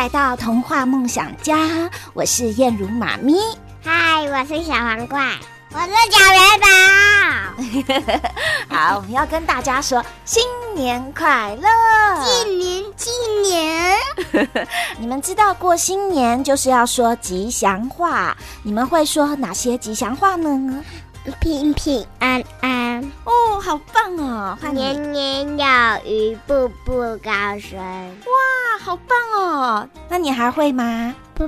来到童话梦想家，我是燕如妈咪。 嗨，我是小黄怪，我是小元宝。 好，我们要跟大家说新年快乐！ 新年！ 你们知道过新年就是要说吉祥话，你们会说哪些吉祥话呢？ 平平安安哦，好棒哦！ 年年有余，步步高升。 哇，好棒哦！那你还会吗？ 不。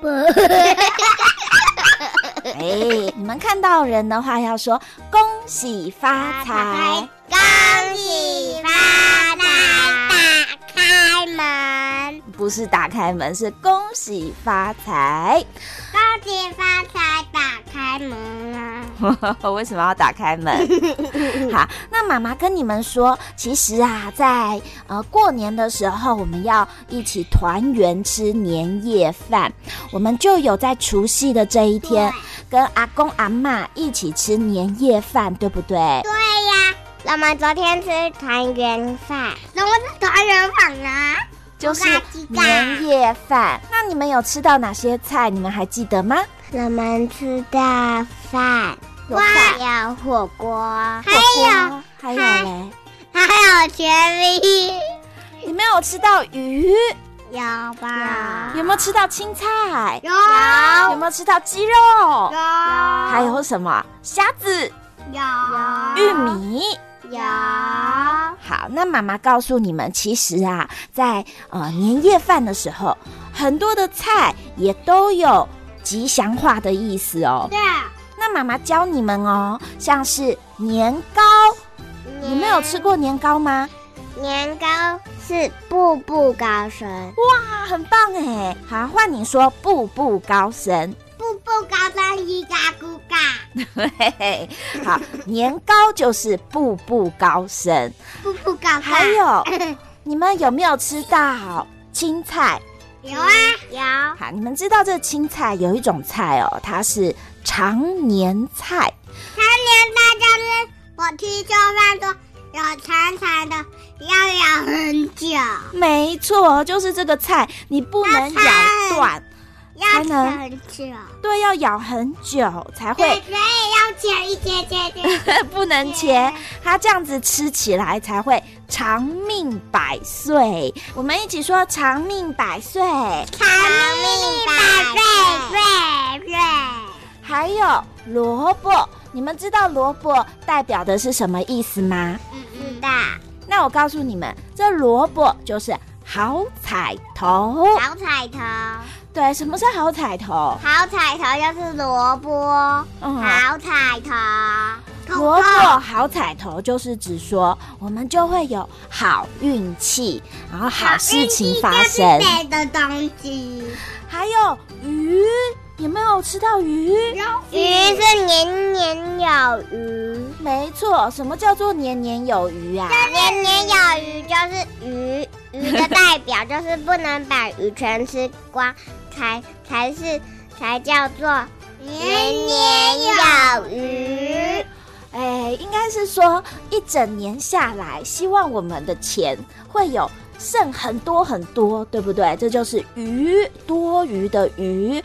哎，你们看到人的话要说恭喜发财， 恭喜发财，打开门。 不是打开门，是恭喜发财。 恭喜发财，打开门啊！ 为什么要打开门？好，那妈妈跟你们说，其实啊，在过年的时候，我们要一起团圆吃年夜饭，我们就有在除夕的这一天，跟阿公阿嬷一起吃年夜饭，对不对？ 对呀，我们昨天吃团圆饭。什么是团圆饭啊？ 就是年夜饭。那你们有吃到哪些菜？你们还记得吗？ 我们吃到饭，有火锅， 还有嘞， 还有全力。 你们有吃到鱼？ 有吧？ 有没有吃到青菜？ 有没有吃到鸡肉？ 有。 还有什么？虾子？ 有。 玉米？ 有。 好，那妈妈告诉你们，其实啊，在年夜饭的时候，很多的菜也都有吉祥话的意思哦。 对。 那妈妈教你们哦，像是年糕，你们有吃过年糕吗？ 年糕是步步高升。 哇，很棒哎！好，换你说步步高升。 步步高升，一嘎咕嘎。 对，好，年糕就是步步高升。 步步高升。 还有，你们有没有吃到青菜？ 有啊，有。 好，你们知道这青菜有一种菜哦，它是长年菜。 长年菜就是我听说饭说有长长的，要咬很久。 没错，就是这个菜，你不能咬断， 要吃很久。 对，要咬很久才会。 所以要切一切， 不能切，它这样子吃起来才会长命百岁。我们一起说长命百岁， 长命百岁。 还有萝卜，你们知道萝卜代表的是什么意思吗？ 不知道。 那我告诉你们，这萝卜就是好彩头。 好彩头。 对，什么是好彩头？ 好彩头就是萝卜。好彩头。 萝卜好彩头就是指说我们就会有好运气，然后好事情发生。 好运气就是美的东西。 还有鱼，有没有吃到鱼？ 鱼是年年有余。 没错，什么叫做年年有余啊？ 年年有余就是鱼的代表，就是不能把鱼全吃光，才叫做年年有余。 应该是说一整年下来，希望我们的钱会有剩很多很多，对不对？这就是余，多余的余。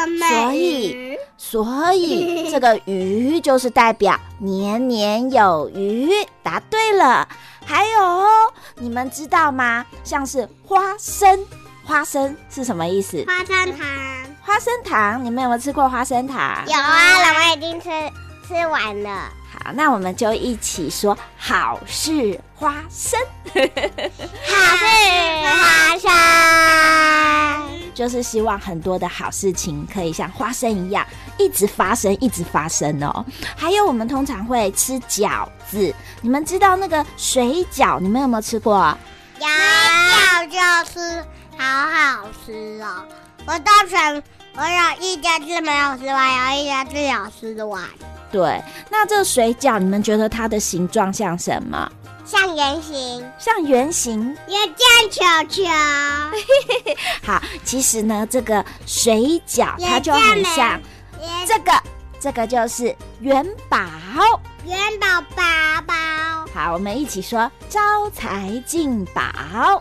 所以这个余就是代表年年有余。答对了。还有你们知道吗？像是花生，花生是什么意思？ 花生糖。 花生糖，你们有没有吃过花生糖？ 有啊，我们已经吃完了。 好，那我们就一起说好事花生。 好事花生， 就是希望很多的好事情可以像花生一样一直发生一直发生哦。还有我们通常会吃饺子，你们知道那个水饺你们有没有吃过？ 水饺就是好好吃哦。我有一家是没有吃完，有一家是有吃完。 对，那这水饺你们觉得它的形状像什么？ 像圆形。 像圆形， 也像球球。 好，其实呢，这个水饺它就很像这个就是元宝。 元宝宝宝。 好，我们一起说招财进宝。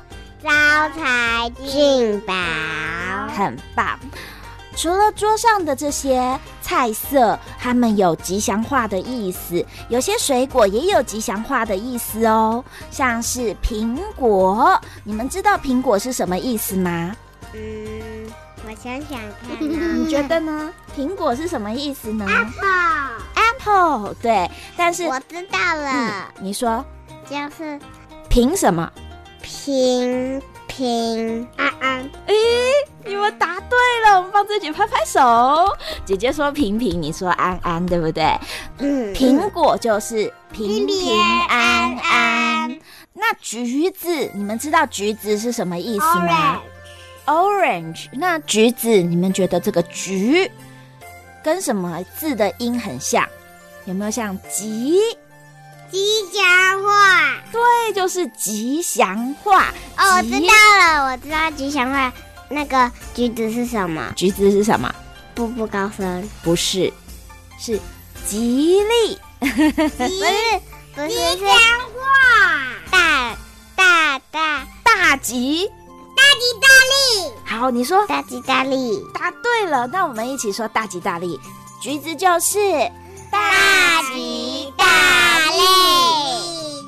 招财进宝。 很棒。除了桌上的这些菜色，它们有吉祥话的意思，有些水果也有吉祥话的意思哦，像是苹果，你们知道苹果是什么意思吗？ 我想想看你觉得呢？苹果是什么意思呢 ？Apple， 对，但是我知道了， 你说就是凭什么？ 平安安。 你们答对了，我们帮自己拍拍手。姐姐说平平，你说安安，对不对？苹果就是平平安安。那橘子，你们知道橘子是什么意思吗？Orange。那橘子，你们觉得这个橘跟什么字的音很像？有没有像吉祥话？ 对，就是吉祥话。 我知道了，我知道吉祥话。那个橘子是什么？ 橘子是什么？ 步步高升？ 不是，是吉利。 不是吉祥话。 大吉大利。 好，你说大吉大利。 答对了，那我们一起说大吉大利。橘子就是大吉大利。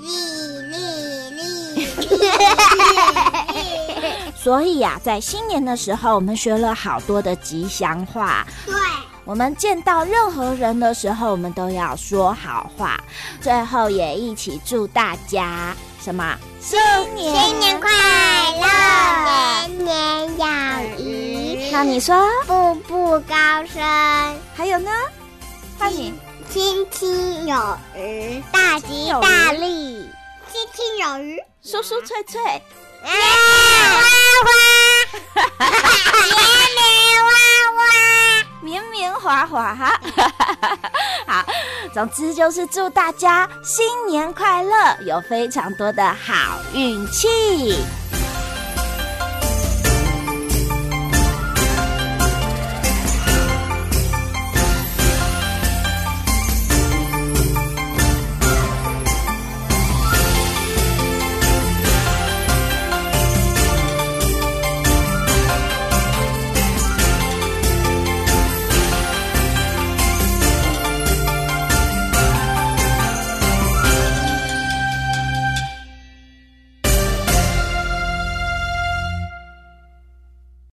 所以呀，在新年的时候，我们学了好多的吉祥话。 对， 我们见到任何人的时候，我们都要说好话。最后也一起祝大家什么？新年快乐，年年有余。 那你说步步高升。 还有呢？换你。 亲亲有余，大吉大利。亲亲有余， 酥酥脆脆。 花花， 绵绵滑滑哈。好，总之就是祝大家新年快乐，有非常多的好运气。